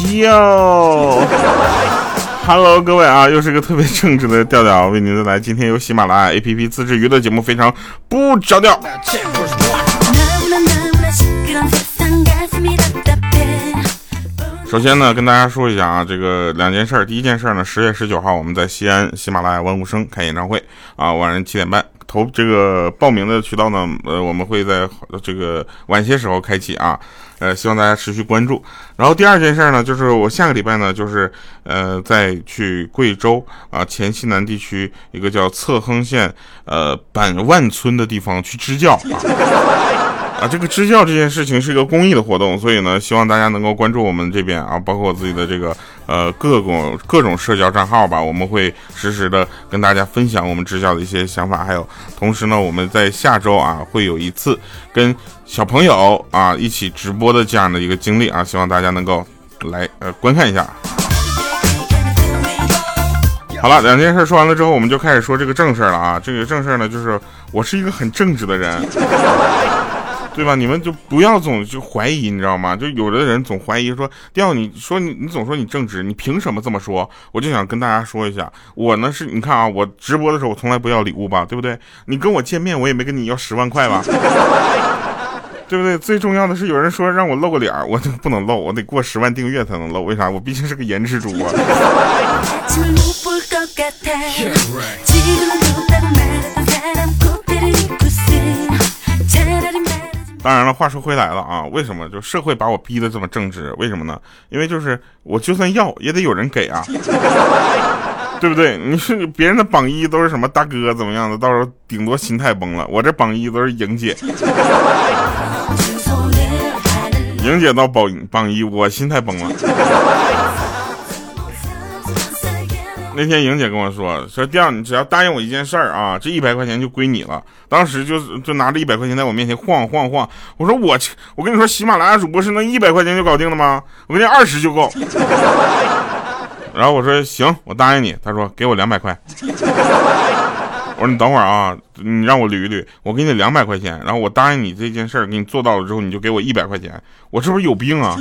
哟，Hello， 各位啊，又是个特别正直的调调为您带来。今天由喜马拉雅 APP 自制娱乐节目，非常不着调。首先呢，跟大家说一下啊，这个两件事。第一件事呢，10月19号我们在西安喜马拉雅万物生开演唱会啊，晚上7点半。这个报名的渠道呢，我们会在这个晚些时候开启啊，希望大家持续关注。然后第二件事呢，就是我下个礼拜呢，就是再去贵州啊黔西南地区一个叫侧亨县板万村的地方去支教啊，这个支教这件事情是一个公益的活动，所以呢，希望大家能够关注我们这边啊，包括我自己的这个各种社交账号吧，我们会实时的跟大家分享我们支教的一些想法，还有同时呢，我们在下周啊会有一次跟小朋友啊一起直播的这样的一个经历啊，希望大家能够来观看一下。好了，两件事说完了之后，我们就开始说这个正事了啊。这个正事呢，就是我是一个很正直的人。对吧？你们就不要总就怀疑，你知道吗？就有的人总怀疑说，你说你总说你正直，你凭什么这么说？我就想跟大家说一下，我呢是你看啊，我直播的时候我从来不要礼物吧，对不对？你跟我见面，我也没跟你要10万块吧，对不对？最重要的是有人说让我露个脸，我就不能露，我得过10万订阅才能露，为啥？我毕竟是个颜值主播。当然了，话说回来了啊，为什么就社会把我逼得这么正直？为什么呢？因为就是我就算要也得有人给啊，对不对？你是别人的榜一都是什么大哥怎么样的，到时候顶多心态崩了。我这榜一都是莹姐，莹姐到榜一，我心态崩了。那天莹姐跟我说调，你只要答应我一件事儿啊，这100块钱就归你了。当时就拿着100块钱在我面前晃。我说我跟你说，喜马拉雅主播是能100块钱就搞定的吗？我跟你20就够。然后我说行，我答应你。他说给我200块。我说你等会儿啊，你让我捋一捋，我给你200块钱，然后我答应你这件事儿，给你做到了之后，你就给我100块钱。我是不是有病啊？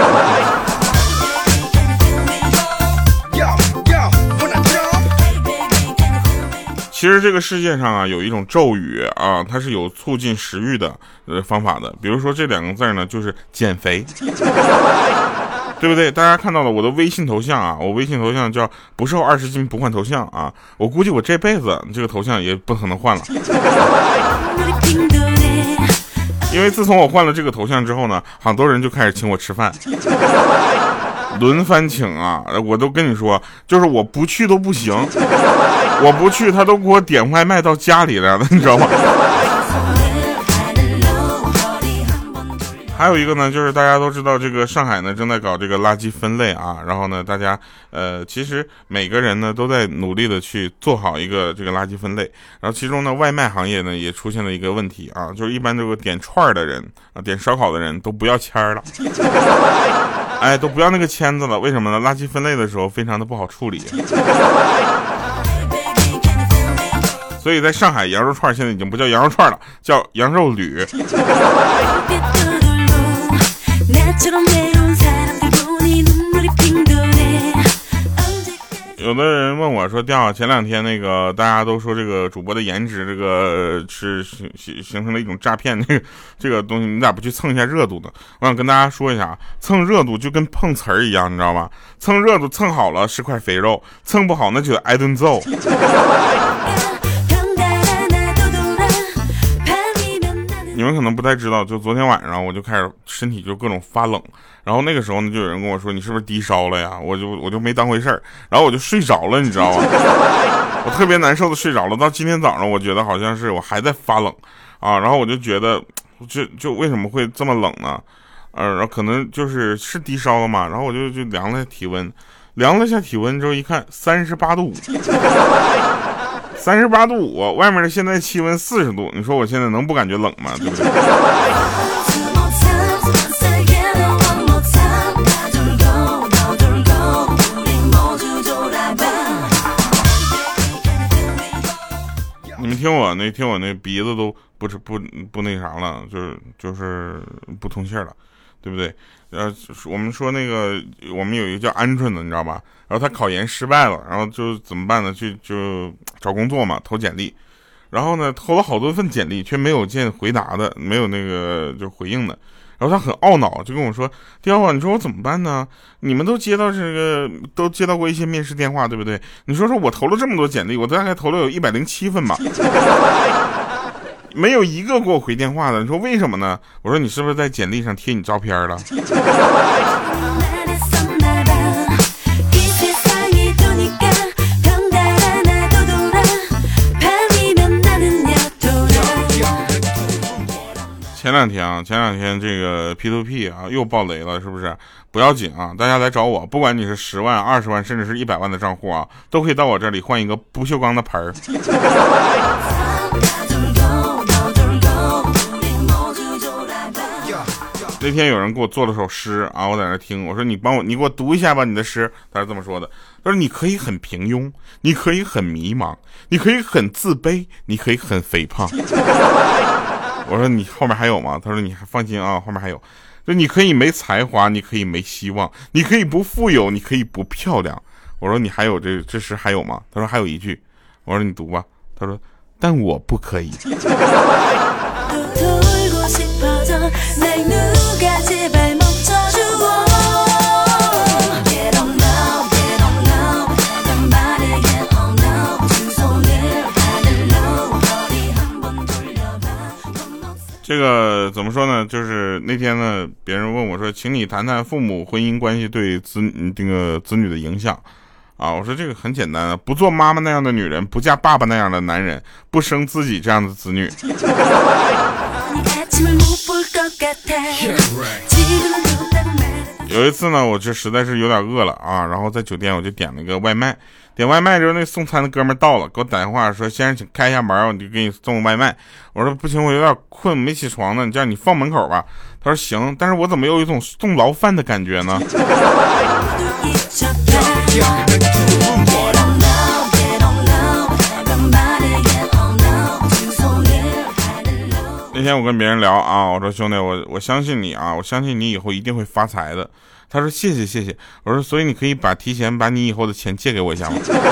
其实这个世界上啊，有一种咒语啊，它是有促进食欲的方法的。比如说这2个字呢，就是减肥，对不对？大家看到了我的微信头像啊，我微信头像叫不瘦20斤不换头像啊。我估计我这辈子这个头像也不可能换了，因为自从我换了这个头像之后呢，很多人就开始请我吃饭。轮番请啊，我都跟你说，就是我不去都不行，我不去他都给我点外卖到家里来了，你知道吗？还有一个呢，就是大家都知道这个上海呢正在搞这个垃圾分类啊，然后呢大家其实每个人呢都在努力的去做好一个这个垃圾分类，然后其中呢外卖行业呢也出现了一个问题啊，就是一般这个点串的人啊，点烧烤的人都不要签了。哎，都不要那个签子了，为什么呢？垃圾分类的时候非常的不好处理。所以在上海，羊肉串现在已经不叫羊肉串了，叫羊肉旅。有的人问我说前2天那个大家都说这个主播的颜值这个是形成了一种诈骗，这个东西你咋不去蹭一下热度呢？我想跟大家说一下，蹭热度就跟碰瓷儿一样，你知道吗？蹭热度蹭好了是块肥肉，蹭不好那就挨顿揍。你们可能不太知道，就昨天晚上我就开始身体就各种发冷，然后那个时候呢就有人跟我说你是不是低烧了呀？我就没当回事儿，然后我就睡着了，你知道吗？我特别难受的睡着了，到今天早上我觉得好像是我还在发冷啊，然后我就觉得就为什么会这么冷呢？然后可能是低烧了嘛，然后我就量了体温，量了下体温之后一看38度5。38度5，外面的现在气温40度，你说我现在能不感觉冷吗？对不对？你们听我那鼻子都不那啥了，就是不通气了。 对不对？我们说那个我们有一个叫鹌鹑的，你知道吧？然后他考研失败了，然后就怎么办呢？就找工作嘛，投简历。然后呢，投了好多份简历，却没有见回答的，没有那个就回应的。然后他很懊恼，就跟我说：“刁啊，你说我怎么办呢？你们都接到过一些面试电话，对不对？你说我投了这么多简历，我大概投了有107份吧，没有一个给我回电话的。你说为什么呢？我说你是不是在简历上贴你照片了？”前两天这个 P2P 啊又爆雷了，是不是？不要紧啊，大家来找我，不管你是10万、20万，甚至是100万的账户啊，都可以到我这里换一个不锈钢的盆儿。那天有人给我做了首诗啊，我在那听，我说你给我读一下吧，你的诗。他是这么说的，他说你可以很平庸，你可以很迷茫，你可以很自卑，你可以很肥胖。我说你后面还有吗？他说你还放心啊，后面还有。就你可以没才华，你可以没希望，你可以不富有，你可以不漂亮。我说你还有这诗还有吗？他说还有一句。我说你读吧。他说但我不可以。这个怎么说呢？就是那天呢，别人问我说，请你谈谈父母婚姻关系对子女的影响啊。我说这个很简单啊，不做妈妈那样的女人，不嫁爸爸那样的男人，不生自己这样的子女。有一次呢，我就实在是有点饿了啊，然后在酒店我就点了个外卖。点外卖之后，那送餐的哥们到了，给我打电话说：“先生，请开一下门，我就给你送外卖。”我说：“不行，我有点困，没起床呢，你这样你放门口吧。”他说：“行，但是我怎么有一种送牢饭的感觉呢？”那天我跟别人聊啊，我说兄弟，我相信你啊，我相信你以后一定会发财的。他说谢谢。我说所以你可以提前把你以后的钱借给我一下吗？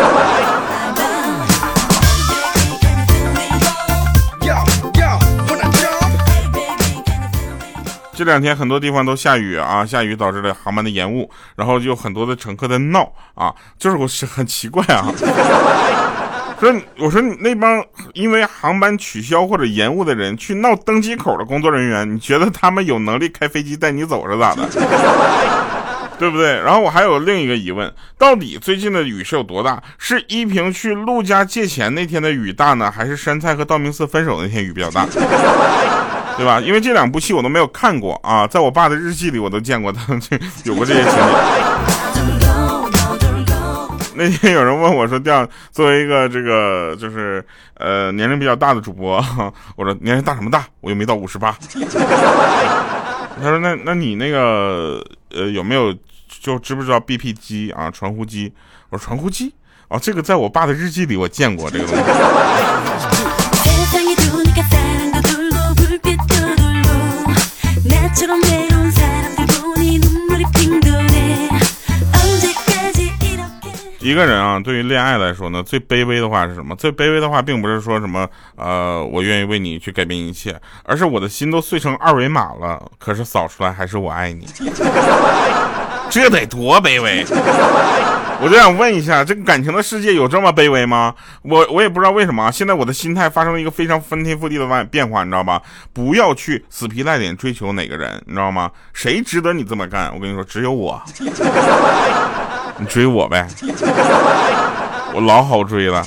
这两天很多地方都下雨啊，下雨导致了航班的延误，然后就有很多的乘客在闹啊，就是我是很奇怪啊。我说你那帮因为航班取消或者延误的人去闹登机口的工作人员，你觉得他们有能力开飞机带你走是咋的？对不对？然后我还有另一个疑问，到底最近的雨是有多大？是依萍去陆家借钱那天的雨大呢，还是杉菜和道明寺分手那天雨比较大？对吧？因为这两部戏我都没有看过啊，在我爸的日记里我都见过他们有过这些情节。那天有人问我说：“作为一个这个就是年龄比较大的主播，我说年龄大什么大？我又没到58。”他说：“那你那个有没有就知不知道 BP 机啊，传呼机？”我说：“传呼机哦，这个在我爸的日记里我见过这个东西。”一个人啊，对于恋爱来说呢，最卑微的话是什么？最卑微的话并不是说什么我愿意为你去改变一切，而是我的心都碎成2维码了，可是扫出来还是我爱你。这得多卑微！我就想问一下，这个感情的世界有这么卑微吗？我也不知道为什么，现在我的心态发生了一个非常翻天覆地的变化，你知道吧？不要去死皮赖脸追求哪个人，你知道吗？谁值得你这么干？我跟你说，只有我。你追我呗，我老好追了。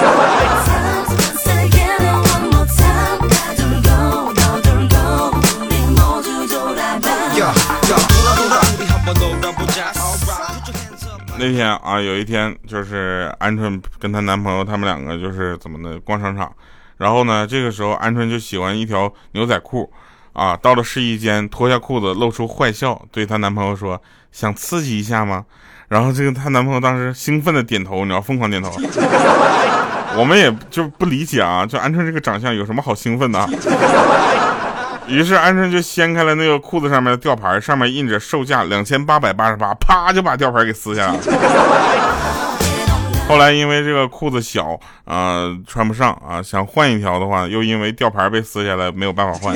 那天啊，有一天就是鹌鹑跟她男朋友他们两个就是怎么的逛商场，然后呢，这个时候鹌鹑就喜欢一条牛仔裤啊，到了试衣间脱下裤子露出坏笑，对她男朋友说：“想刺激一下吗？”然后这个她男朋友当时兴奋的点头，你知道，疯狂点头。我们也就不理解啊，就鹌鹑这个长相有什么好兴奋的？ 于是鹌鹑就掀开了那个裤子上面的吊牌，上面印着售价2888，啪就把吊牌给撕下来了。后来因为这个裤子小穿不上啊，想换一条的话，又因为吊牌被撕下来没有办法换。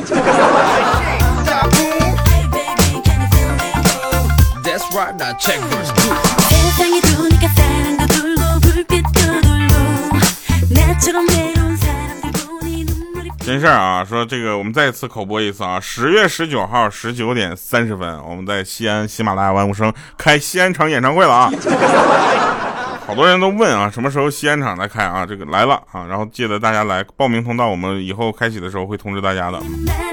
真事儿啊，说这个我们再次口播一次啊，10月19号19点30分，我们在西安喜马拉雅万物生开西安场演唱会了啊。好多人都问啊，什么时候西安场来开啊？这个来了啊，然后记得大家来报名通道，我们以后开启的时候会通知大家的。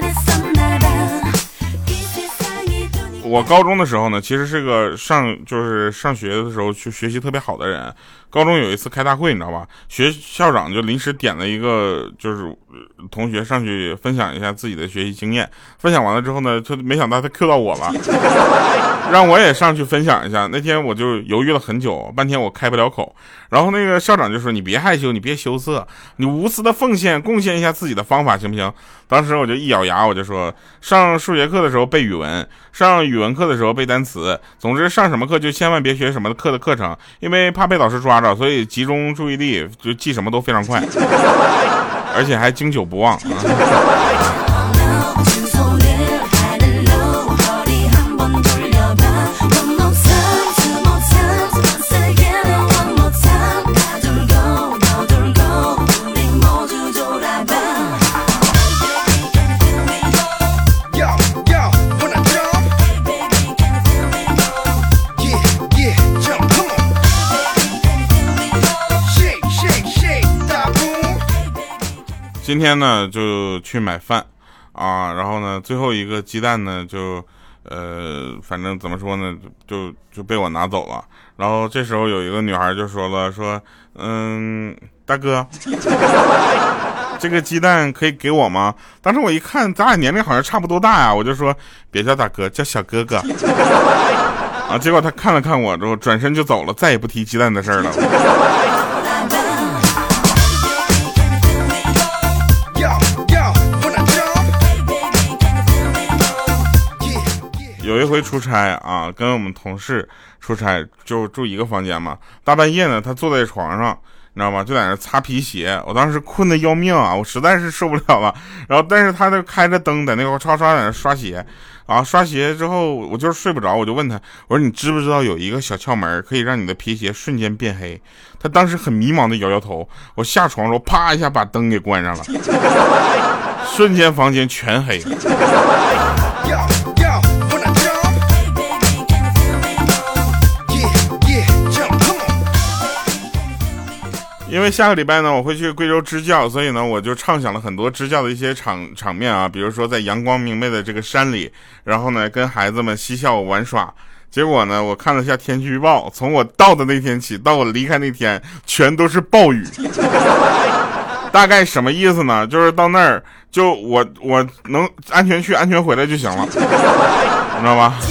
我高中的时候呢，其实是个上学的时候去学习特别好的人。高中有一次开大会，你知道吧？校长就临时点了一个，就是同学上去分享一下自己的学习经验。分享完了之后呢，他没想到他 Q 到我了，让我也上去分享一下。那天我就犹豫了很久，半天我开不了口。然后那个校长就说：“你别害羞，你别羞涩，你无私的贡献一下自己的方法，行不行？”当时我就一咬牙，我就说：上数学课的时候背语文，上语文课的时候背单词，总之上什么课就千万别学什么课的课程，因为怕被老师抓着，所以集中注意力，就记什么都非常快，而且还经久不忘。今天呢就去买饭啊，然后呢最后一个鸡蛋呢就反正怎么说呢，就被我拿走了。然后这时候有一个女孩就说了，说大哥，这个鸡蛋可以给我吗？当时我一看咱俩年龄好像差不多大呀，我就说别叫大哥，叫小哥哥啊。结果他看了看我之后转身就走了，再也不提鸡蛋的事儿了。有一回出差啊，跟我们同事出差，就住一个房间嘛。大半夜呢，他坐在床上，你知道吗？就在那擦皮鞋。我当时困得要命啊，我实在是受不了了。然后，但是他就开着灯在那块刷在那刷鞋啊。刷鞋之后，我就是睡不着，我就问他，我说你知不知道有一个小窍门可以让你的皮鞋瞬间变黑？他当时很迷茫的摇摇头。我下床的时候，啪一下把灯给关上了，瞬间房间全黑了。因为下个礼拜呢我会去贵州支教，所以呢我就畅想了很多支教的一些场面啊，比如说在阳光明媚的这个山里，然后呢跟孩子们嬉笑玩耍。结果呢我看了下天气预报，从我到的那天起到我离开那天全都是暴雨。大概什么意思呢？就是到那儿就我能安全去安全回来就行了，你知道吧？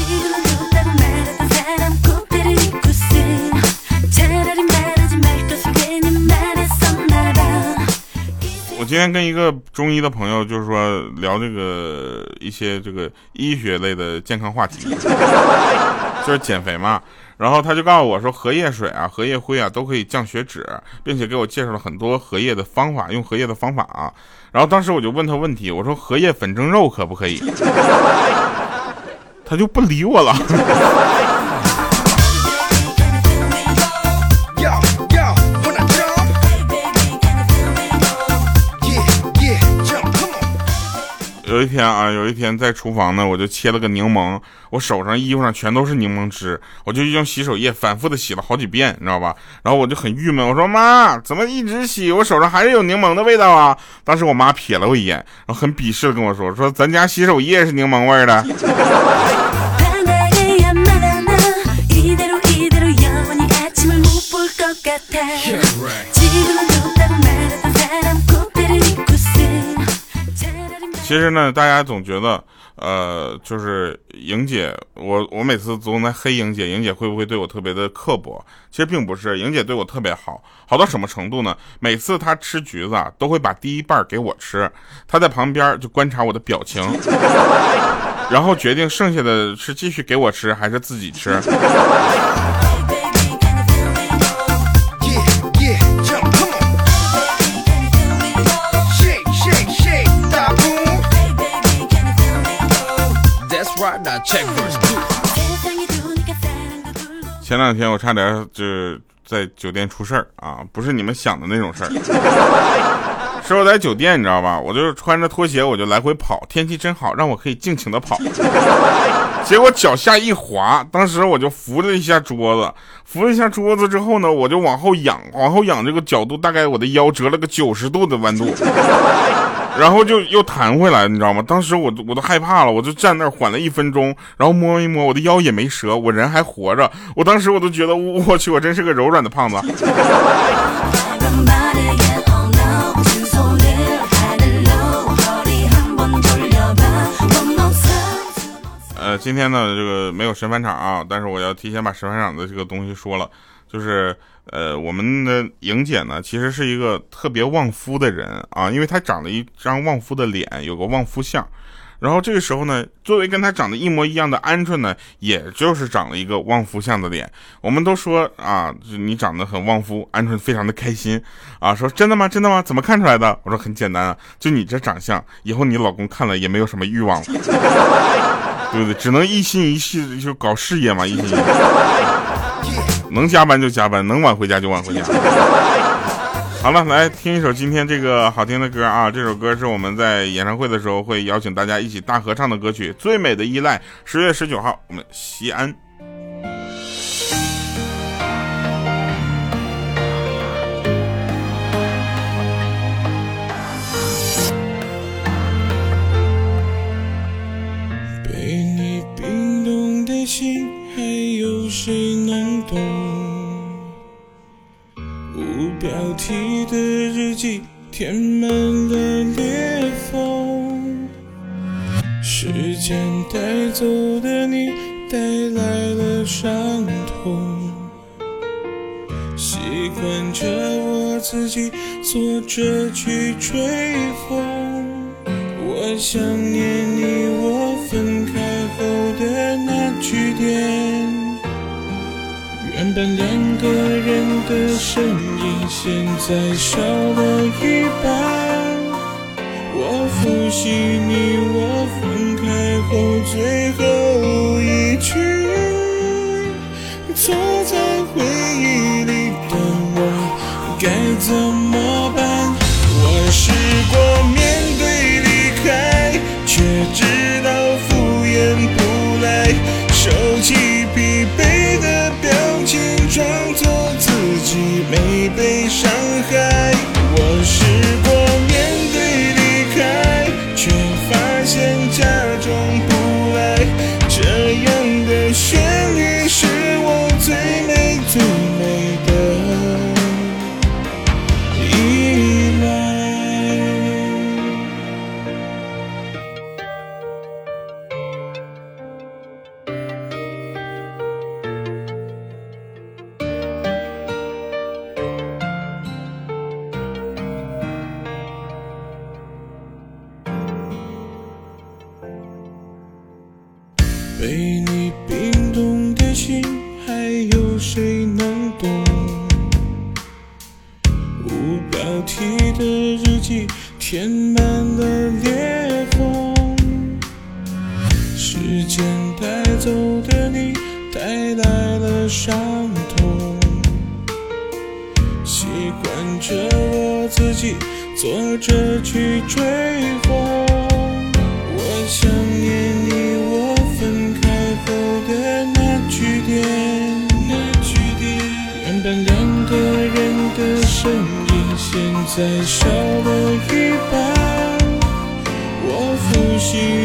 我今天跟一个中医的朋友就是说聊这个一些这个医学类的健康话题，就是减肥嘛。然后他就告诉我说荷叶水啊、荷叶灰啊都可以降血脂，并且给我介绍了很多荷叶的方法，用荷叶的方法啊。然后当时我就问他问题，我说荷叶粉蒸肉可不可以？他就不理我了。有一天在厨房呢，我就切了个柠檬，我手上衣服上全都是柠檬汁，我就用洗手液反复的洗了好几遍，你知道吧？然后我就很郁闷，我说妈，怎么一直洗我手上还是有柠檬的味道啊？当时我妈瞥了我一眼，然后很鄙视的跟我说咱家洗手液是柠檬味的。其实呢，大家总觉得， 就是莹姐，我每次总在黑莹姐，莹姐会不会对我特别的刻薄？其实并不是，莹姐对我特别好，好到什么程度呢？每次她吃橘子都会把第一半给我吃，她在旁边就观察我的表情，然后决定剩下的是继续给我吃还是自己吃。前两天我差点就在酒店出事儿啊，不是你们想的那种事儿，是我在酒店，你知道吧？我就穿着拖鞋我就来回跑，天气真好，让我可以尽情的跑。结果脚下一滑，当时我就扶了一下桌子之后呢，我就往后仰这个角度大概我的腰折了个90度的弯度。然后就又弹回来，你知道吗？当时我都害怕了，我就站那儿缓了1分钟，然后摸一摸，我的腰也没折，我人还活着。我当时我都觉得，我去，我真是个柔软的胖子。今天呢，这个没有神返场啊，但是我要提前把神返场的这个东西说了，就是我们的莹姐呢，其实是一个特别旺夫的人啊，因为她长了一张旺夫的脸，有个旺夫相。然后这个时候呢，作为跟她长得一模一样的鹌鹑呢，也就是长了一个旺夫相的脸。我们都说啊，你长得很旺夫，鹌鹑非常的开心啊，说真的吗？真的吗？怎么看出来的？我说很简单啊，就你这长相，以后你老公看了也没有什么欲望了。对不对？只能一心一意就搞事业嘛，一心一意，能加班就加班，能晚回家就晚回家。好了，来听一首今天这个好听的歌啊！这首歌是我们在演唱会的时候会邀请大家一起大合唱的歌曲《最美的依赖》。10月19号，我们西安。 还有谁能懂？无标题的日记填满了裂缝，时间带走的你带来了伤痛，习惯着我自己坐着去吹风。我想念你，我分开后的那句点，原本2个人的身影现在少了一半。我复习你我分开后最后一句，坐在回忆里的我该怎么办？我试过面对离开，却知道敷衍不来，收起疲惫的表情，装作自己没被伤害。我试过面对离开，却发现假装不来，这样的旋律是我最美最美的依赖。被你冰冻的心，还有谁能懂？无标题的日记填满了裂缝，时间带走的你带来了伤痛，习惯着我自己坐着去追风。我想念你，我分开后的那句点，原本2个人的身影现在少了一半。我复习